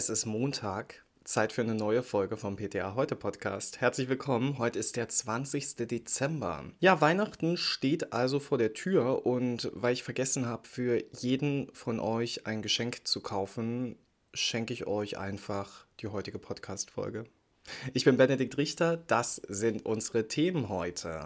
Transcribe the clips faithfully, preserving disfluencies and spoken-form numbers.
Es ist Montag, Zeit für eine neue Folge vom P T A Heute Podcast. Herzlich willkommen, heute ist der zwanzigster Dezember. Ja, Weihnachten steht also vor der Tür und weil ich vergessen habe, für jeden von euch ein Geschenk zu kaufen, schenke ich euch einfach die heutige Podcast-Folge. Ich bin Benedikt Richter, das sind unsere Themen heute.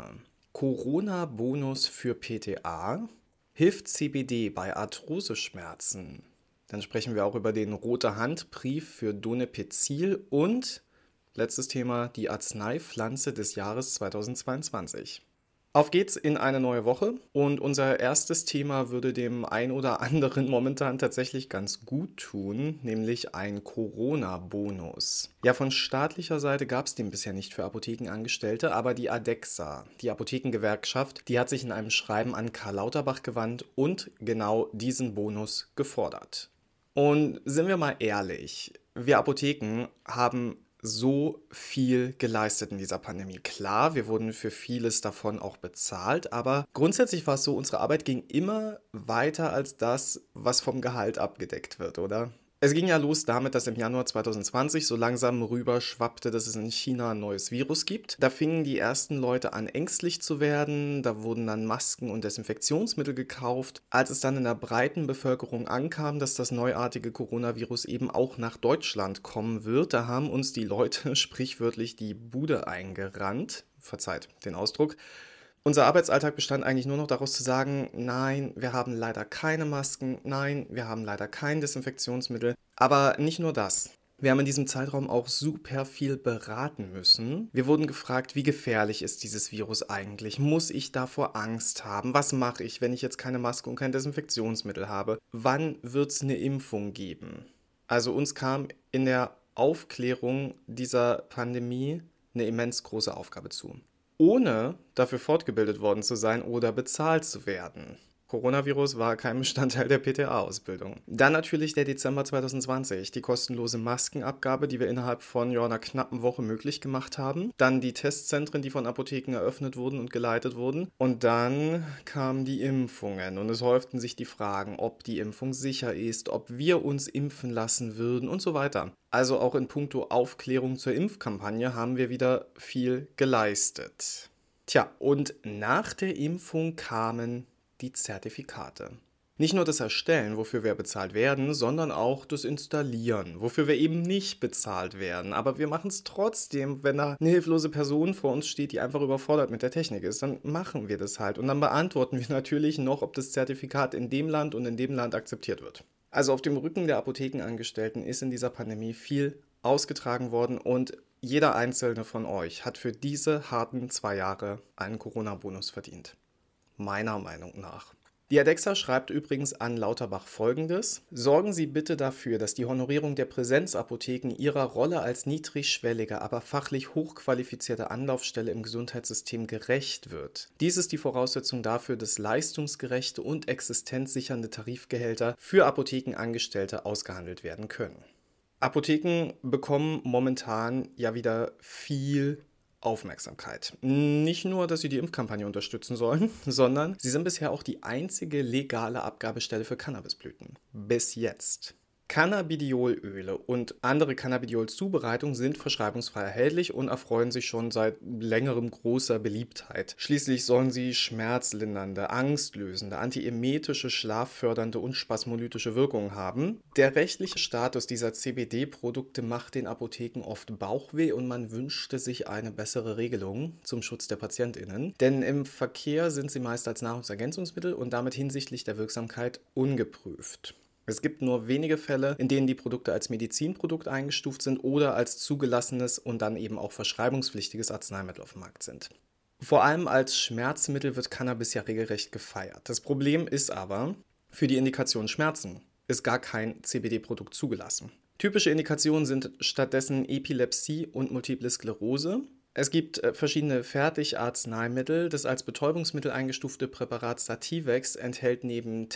Corona-Bonus für P T A, hilft C B D bei Arthroseschmerzen? Dann sprechen wir auch über den Rote-Hand-Brief für Donepezil und letztes Thema, die Arzneipflanze des Jahres zweitausendzweiundzwanzig. Auf geht's in eine neue Woche und unser erstes Thema würde dem ein oder anderen momentan tatsächlich ganz gut tun, nämlich ein Corona-Bonus. Ja, von staatlicher Seite gab es den bisher nicht für Apothekenangestellte, aber die ADEXA, die Apothekengewerkschaft, die hat sich in einem Schreiben an Karl Lauterbach gewandt und genau diesen Bonus gefordert. Und sind wir mal ehrlich, wir Apotheken haben so viel geleistet in dieser Pandemie. Klar, wir wurden für vieles davon auch bezahlt, aber grundsätzlich war es so, unsere Arbeit ging immer weiter als das, was vom Gehalt abgedeckt wird, oder? Es ging ja los damit, dass im Januar zweitausendzwanzig so langsam rüber schwappte, dass es in China ein neues Virus gibt. Da fingen die ersten Leute an, ängstlich zu werden. Da wurden dann Masken und Desinfektionsmittel gekauft. Als es dann in der breiten Bevölkerung ankam, dass das neuartige Coronavirus eben auch nach Deutschland kommen wird, da haben uns die Leute sprichwörtlich die Bude eingerannt. Verzeiht den Ausdruck. Unser Arbeitsalltag bestand eigentlich nur noch daraus zu sagen, nein, wir haben leider keine Masken, nein, wir haben leider kein Desinfektionsmittel. Aber nicht nur das. Wir haben in diesem Zeitraum auch super viel beraten müssen. Wir wurden gefragt, wie gefährlich ist dieses Virus eigentlich? Muss ich davor Angst haben? Was mache ich, wenn ich jetzt keine Maske und kein Desinfektionsmittel habe? Wann wird es eine Impfung geben? Also uns kam in der Aufklärung dieser Pandemie eine immens große Aufgabe zu, ohne dafür fortgebildet worden zu sein oder bezahlt zu werden. Coronavirus war kein Bestandteil der P T A-Ausbildung. Dann natürlich der Dezember zweitausendzwanzig, die kostenlose Maskenabgabe, die wir innerhalb von ja, einer knappen Woche möglich gemacht haben. Dann die Testzentren, die von Apotheken eröffnet wurden und geleitet wurden. Und dann kamen die Impfungen und es häuften sich die Fragen, ob die Impfung sicher ist, ob wir uns impfen lassen würden und so weiter. Also auch in puncto Aufklärung zur Impfkampagne haben wir wieder viel geleistet. Tja, und nach der Impfung kamen die Zertifikate. Nicht nur das Erstellen, wofür wir bezahlt werden, sondern auch das Installieren, wofür wir eben nicht bezahlt werden. Aber wir machen es trotzdem, wenn da eine hilflose Person vor uns steht, die einfach überfordert mit der Technik ist, dann machen wir das halt. Und dann beantworten wir natürlich noch, ob das Zertifikat in dem Land und in dem Land akzeptiert wird. Also auf dem Rücken der Apothekenangestellten ist in dieser Pandemie viel ausgetragen worden und jeder einzelne von euch hat für diese harten zwei Jahre einen Corona-Bonus verdient. Meiner Meinung nach. Die ADEXA schreibt übrigens an Lauterbach Folgendes: Sorgen Sie bitte dafür, dass die Honorierung der Präsenzapotheken ihrer Rolle als niedrigschwellige, aber fachlich hochqualifizierte Anlaufstelle im Gesundheitssystem gerecht wird. Dies ist die Voraussetzung dafür, dass leistungsgerechte und existenzsichernde Tarifgehälter für Apothekenangestellte ausgehandelt werden können. Apotheken bekommen momentan ja wieder viel Aufmerksamkeit. Nicht nur, dass sie die Impfkampagne unterstützen sollen, sondern sie sind bisher auch die einzige legale Abgabestelle für Cannabisblüten. Bis jetzt. Cannabidiolöle und andere Cannabidiol-Zubereitungen sind verschreibungsfrei erhältlich und erfreuen sich schon seit längerem großer Beliebtheit. Schließlich sollen sie schmerzlindernde, angstlösende, antiemetische, schlaffördernde und spasmolytische Wirkungen haben. Der rechtliche Status dieser C B D-Produkte macht den Apotheken oft Bauchweh und man wünschte sich eine bessere Regelung zum Schutz der PatientInnen. Denn im Verkehr sind sie meist als Nahrungsergänzungsmittel und damit hinsichtlich der Wirksamkeit ungeprüft. Es gibt nur wenige Fälle, in denen die Produkte als Medizinprodukt eingestuft sind oder als zugelassenes und dann eben auch verschreibungspflichtiges Arzneimittel auf dem Markt sind. Vor allem als Schmerzmittel wird Cannabis ja regelrecht gefeiert. Das Problem ist aber, für die Indikation Schmerzen ist gar kein C B D-Produkt zugelassen. Typische Indikationen sind stattdessen Epilepsie und Multiple Sklerose. Es gibt äh, verschiedene Fertigarzneimittel. Das als Betäubungsmittel eingestufte Präparat Sativex enthält neben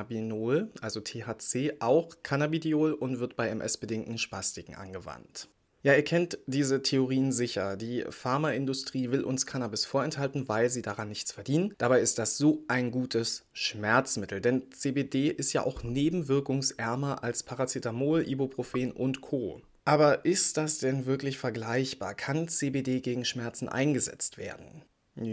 Tetrahydrocannabinol, also T H C, auch Cannabidiol und wird bei M S-bedingten Spastiken angewandt. Ja, ihr kennt diese Theorien sicher. Die Pharmaindustrie will uns Cannabis vorenthalten, weil sie daran nichts verdienen. Dabei ist das so ein gutes Schmerzmittel, denn C B D ist ja auch nebenwirkungsärmer als Paracetamol, Ibuprofen und Co. Aber ist das denn wirklich vergleichbar? Kann C B D gegen Schmerzen eingesetzt werden?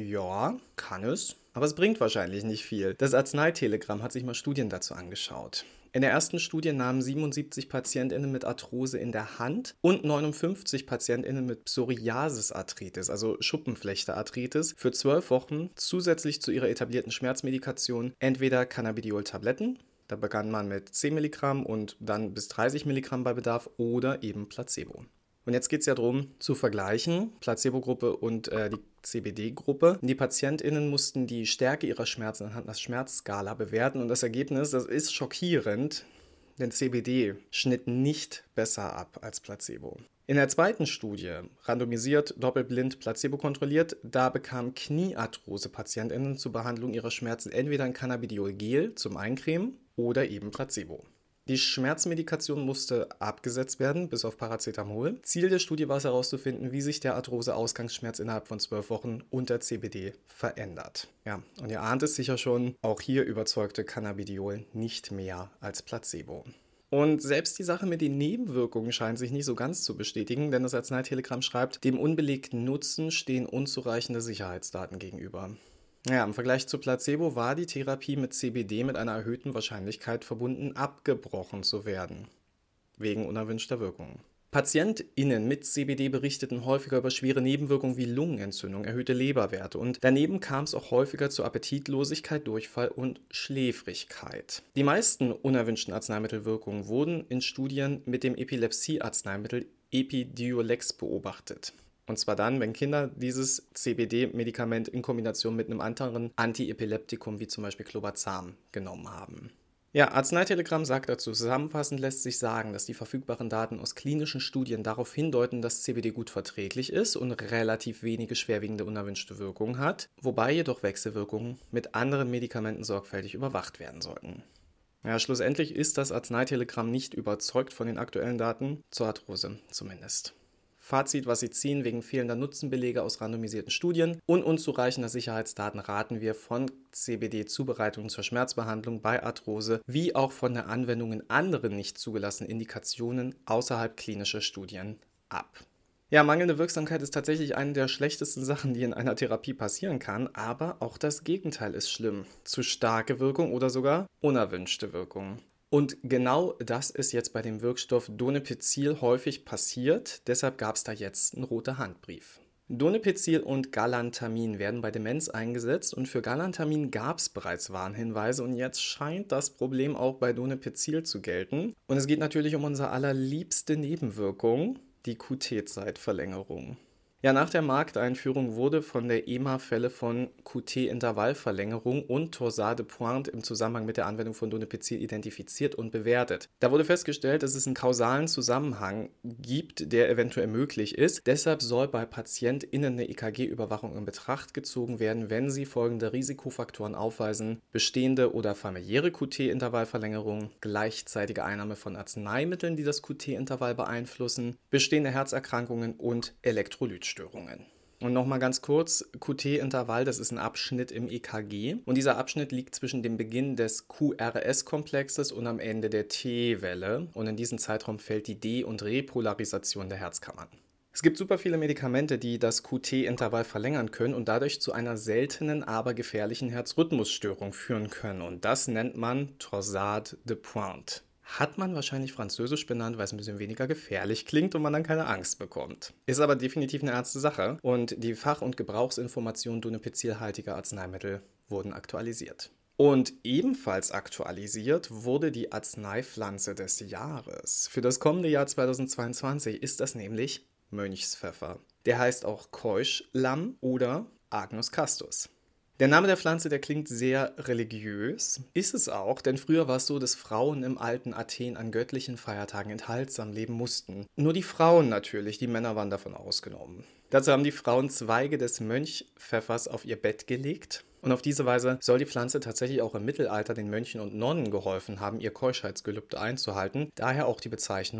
Ja, kann es. Aber es bringt wahrscheinlich nicht viel. Das Arzneitelegramm hat sich mal Studien dazu angeschaut. In der ersten Studie nahmen siebenundsiebzig PatientInnen mit Arthrose in der Hand und neunundfünfzig PatientInnen mit Psoriasis-Arthritis, also Schuppenflechte-Arthritis, für zwölf Wochen zusätzlich zu ihrer etablierten Schmerzmedikation entweder Cannabidiol-Tabletten, da begann man mit zehn Milligramm und dann bis dreißig Milligramm bei Bedarf, oder eben Placebo. Und jetzt geht es ja darum, zu vergleichen, Placebo-Gruppe und äh, die C B D-Gruppe. Die PatientInnen mussten die Stärke ihrer Schmerzen anhand einer Schmerzskala bewerten und das Ergebnis, das ist schockierend, denn C B D schnitt nicht besser ab als Placebo. In der zweiten Studie, randomisiert, doppelblind, placebo kontrolliert, da bekamen Kniearthrose-PatientInnen zur Behandlung ihrer Schmerzen entweder ein Cannabidiol-Gel zum Eincremen oder eben Placebo. Die Schmerzmedikation musste abgesetzt werden, bis auf Paracetamol. Ziel der Studie war es herauszufinden, wie sich der Arthrose-Ausgangsschmerz innerhalb von zwölf Wochen unter C B D verändert. Ja, und ihr ahnt es sicher schon, auch hier überzeugte Cannabidiol nicht mehr als Placebo. Und selbst die Sache mit den Nebenwirkungen scheint sich nicht so ganz zu bestätigen, denn das Arzneitelegramm schreibt, dem unbelegten Nutzen stehen unzureichende Sicherheitsdaten gegenüber. Ja, im Vergleich zu Placebo war die Therapie mit C B D mit einer erhöhten Wahrscheinlichkeit verbunden, abgebrochen zu werden, wegen unerwünschter Wirkungen. PatientInnen mit C B D berichteten häufiger über schwere Nebenwirkungen wie Lungenentzündung, erhöhte Leberwerte und daneben kam es auch häufiger zu Appetitlosigkeit, Durchfall und Schläfrigkeit. Die meisten unerwünschten Arzneimittelwirkungen wurden in Studien mit dem Epilepsie-Arzneimittel Epidiolex beobachtet. Und zwar dann, wenn Kinder dieses C B D-Medikament in Kombination mit einem anderen Antiepileptikum wie zum Beispiel Clobazam genommen haben. Ja, Arzneitelegramm sagt dazu, zusammenfassend lässt sich sagen, dass die verfügbaren Daten aus klinischen Studien darauf hindeuten, dass C B D gut verträglich ist und relativ wenige schwerwiegende unerwünschte Wirkungen hat, wobei jedoch Wechselwirkungen mit anderen Medikamenten sorgfältig überwacht werden sollten. Ja, schlussendlich ist das Arzneitelegramm nicht überzeugt von den aktuellen Daten, zur Arthrose zumindest. Fazit, was sie ziehen: Wegen fehlender Nutzenbelege aus randomisierten Studien und unzureichender Sicherheitsdaten raten wir von C B D-Zubereitungen zur Schmerzbehandlung bei Arthrose wie auch von der Anwendung in anderen nicht zugelassenen Indikationen außerhalb klinischer Studien ab. Ja, mangelnde Wirksamkeit ist tatsächlich eine der schlechtesten Sachen, die in einer Therapie passieren kann, aber auch das Gegenteil ist schlimm. Zu starke Wirkung oder sogar unerwünschte Wirkung. Und genau das ist jetzt bei dem Wirkstoff Donepezil häufig passiert, deshalb gab es da jetzt einen roten Handbrief. Donepezil und Galantamin werden bei Demenz eingesetzt und für Galantamin gab es bereits Warnhinweise und jetzt scheint das Problem auch bei Donepezil zu gelten. Und es geht natürlich um unsere allerliebste Nebenwirkung, die Q T-Zeitverlängerung. Ja, nach der Markteinführung wurde von der E M A Fälle von Q T-Intervallverlängerung und Torsade de Pointe im Zusammenhang mit der Anwendung von Donepezil identifiziert und bewertet. Da wurde festgestellt, dass es einen kausalen Zusammenhang gibt, der eventuell möglich ist. Deshalb soll bei PatientInnen eine E K G-Überwachung in Betracht gezogen werden, wenn sie folgende Risikofaktoren aufweisen: bestehende oder familiäre Q T-Intervallverlängerung, gleichzeitige Einnahme von Arzneimitteln, die das Q T-Intervall beeinflussen, bestehende Herzerkrankungen und Elektrolytstörungen. Und nochmal ganz kurz, Q T-Intervall, das ist ein Abschnitt im E K G und dieser Abschnitt liegt zwischen dem Beginn des Q R S-Komplexes und am Ende der T-Welle und in diesen Zeitraum fällt die De- und Repolarisation der Herzkammern. Es gibt super viele Medikamente, die das Q T-Intervall verlängern können und dadurch zu einer seltenen, aber gefährlichen Herzrhythmusstörung führen können und das nennt man Torsade de Pointe. Hat man wahrscheinlich französisch benannt, weil es ein bisschen weniger gefährlich klingt und man dann keine Angst bekommt. Ist aber definitiv eine ernste Sache und die Fach- und Gebrauchsinformationen donepezilhaltiger Arzneimittel wurden aktualisiert. Und ebenfalls aktualisiert wurde die Arzneipflanze des Jahres. Für das kommende Jahr zweitausendzweiundzwanzig ist das nämlich Mönchspfeffer. Der heißt auch Keuschlamm oder Agnus castus. Der Name der Pflanze, der klingt sehr religiös, ist es auch, denn früher war es so, dass Frauen im alten Athen an göttlichen Feiertagen enthaltsam leben mussten. Nur die Frauen natürlich, die Männer waren davon ausgenommen. Dazu haben die Frauen Zweige des Mönchpfeffers auf ihr Bett gelegt und auf diese Weise soll die Pflanze tatsächlich auch im Mittelalter den Mönchen und Nonnen geholfen haben, ihr Keuschheitsgelübde einzuhalten, daher auch die Bezeichnung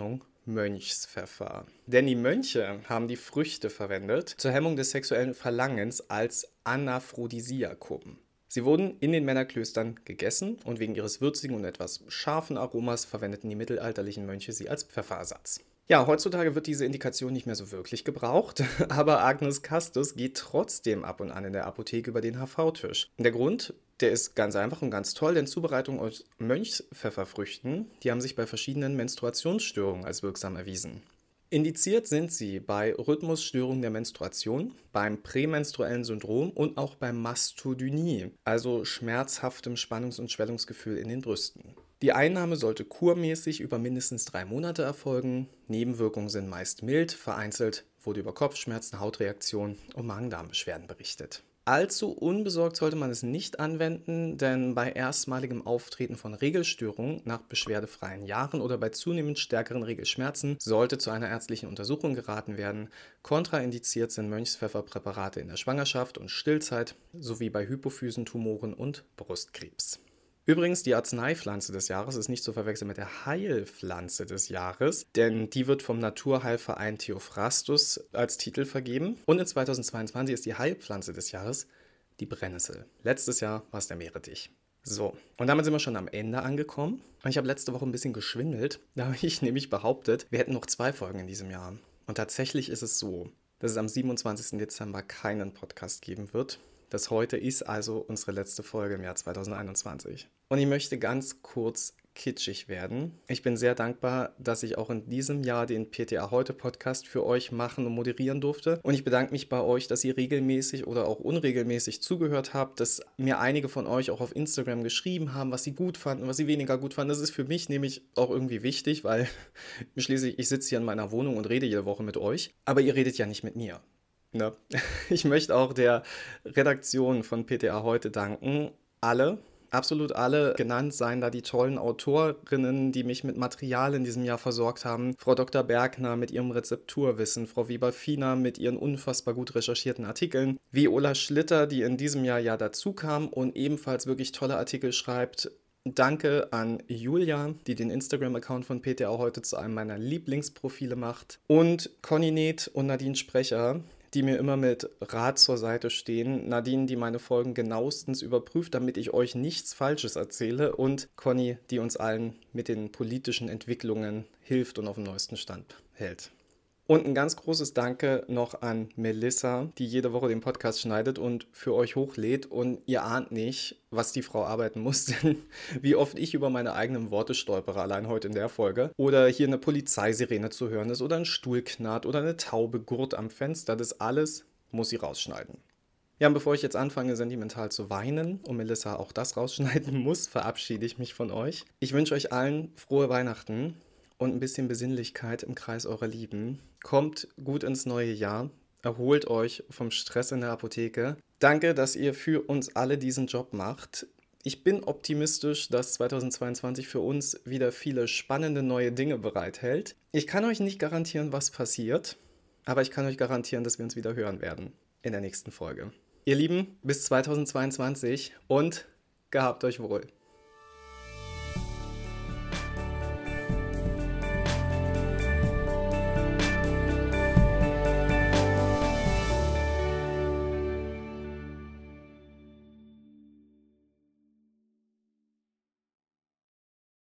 Mönchspfeffer. Denn die Mönche haben die Früchte verwendet zur Hemmung des sexuellen Verlangens als Anaphrodisiakum. Sie wurden in den Männerklöstern gegessen und wegen ihres würzigen und etwas scharfen Aromas verwendeten die mittelalterlichen Mönche sie als Pfefferersatz. Ja, heutzutage wird diese Indikation nicht mehr so wirklich gebraucht, aber Agnus Castus geht trotzdem ab und an in der Apotheke über den H V-Tisch. Der Grund, der ist ganz einfach und ganz toll, denn Zubereitungen aus Mönchspfefferfrüchten, die haben sich bei verschiedenen Menstruationsstörungen als wirksam erwiesen. Indiziert sind sie bei Rhythmusstörungen der Menstruation, beim prämenstruellen Syndrom und auch bei Mastodynie, also schmerzhaftem Spannungs- und Schwellungsgefühl in den Brüsten. Die Einnahme sollte kurmäßig über mindestens drei Monate erfolgen. Nebenwirkungen sind meist mild, vereinzelt wurde über Kopfschmerzen, Hautreaktionen und Magen-Darm-Beschwerden berichtet. Allzu unbesorgt sollte man es nicht anwenden, denn bei erstmaligem Auftreten von Regelstörungen nach beschwerdefreien Jahren oder bei zunehmend stärkeren Regelschmerzen sollte zu einer ärztlichen Untersuchung geraten werden. Kontraindiziert sind Mönchspfefferpräparate in der Schwangerschaft und Stillzeit sowie bei Hypophysentumoren und Brustkrebs. Übrigens, die Arzneipflanze des Jahres ist nicht zu verwechseln mit der Heilpflanze des Jahres, denn die wird vom Naturheilverein Theophrastus als Titel vergeben. Und in zweitausendzweiundzwanzig ist die Heilpflanze des Jahres die Brennnessel. Letztes Jahr war es der Meerrettich. So, und damit sind wir schon am Ende angekommen. Und ich habe letzte Woche ein bisschen geschwindelt. Da habe ich nämlich behauptet, wir hätten noch zwei Folgen in diesem Jahr. Und tatsächlich ist es so, dass es am siebenundzwanzigsten Dezember keinen Podcast geben wird. Das heute ist also unsere letzte Folge im Jahr zweitausendeinundzwanzig. Und ich möchte ganz kurz kitschig werden. Ich bin sehr dankbar, dass ich auch in diesem Jahr den P T A Heute Podcast für euch machen und moderieren durfte. Und ich bedanke mich bei euch, dass ihr regelmäßig oder auch unregelmäßig zugehört habt, dass mir einige von euch auch auf Instagram geschrieben haben, was sie gut fanden, was sie weniger gut fanden. Das ist für mich nämlich auch irgendwie wichtig, weil schließlich ich sitze hier in meiner Wohnung und rede jede Woche mit euch. Aber ihr redet ja nicht mit mir. Ne? Ich möchte auch der Redaktion von P T A Heute danken. Alle, absolut alle genannt seien da die tollen Autorinnen, die mich mit Material in diesem Jahr versorgt haben. Frau Doktor Bergner mit ihrem Rezepturwissen, Frau Weber-Fiener mit ihren unfassbar gut recherchierten Artikeln, Viola Schlitter, die in diesem Jahr ja dazu kam und ebenfalls wirklich tolle Artikel schreibt. Danke an Julia, die den Instagram-Account von P T A Heute zu einem meiner Lieblingsprofile macht. Und Conny Neth und Nadine Sprecher, die mir immer mit Rat zur Seite stehen. Nadine, die meine Folgen genauestens überprüft, damit ich euch nichts Falsches erzähle. Und Conny, die uns allen mit den politischen Entwicklungen hilft und auf dem neuesten Stand hält. Und ein ganz großes Danke noch an Melissa, die jede Woche den Podcast schneidet und für euch hochlädt. Und ihr ahnt nicht, was die Frau arbeiten muss, denn wie oft ich über meine eigenen Worte stolpere, allein heute in der Folge. Oder hier eine Polizeisirene zu hören ist oder ein Stuhl knarrt oder eine Taube gurrt am Fenster. Das alles muss sie rausschneiden. Ja, und bevor ich jetzt anfange, sentimental zu weinen und Melissa auch das rausschneiden muss, verabschiede ich mich von euch. Ich wünsche euch allen frohe Weihnachten und ein bisschen Besinnlichkeit im Kreis eurer Lieben. Kommt gut ins neue Jahr, erholt euch vom Stress in der Apotheke. Danke, dass ihr für uns alle diesen Job macht. Ich bin optimistisch, dass zweitausendzweiundzwanzig für uns wieder viele spannende neue Dinge bereithält. Ich kann euch nicht garantieren, was passiert, aber ich kann euch garantieren, dass wir uns wieder hören werden in der nächsten Folge. Ihr Lieben, bis zweitausendzweiundzwanzig und gehabt euch wohl.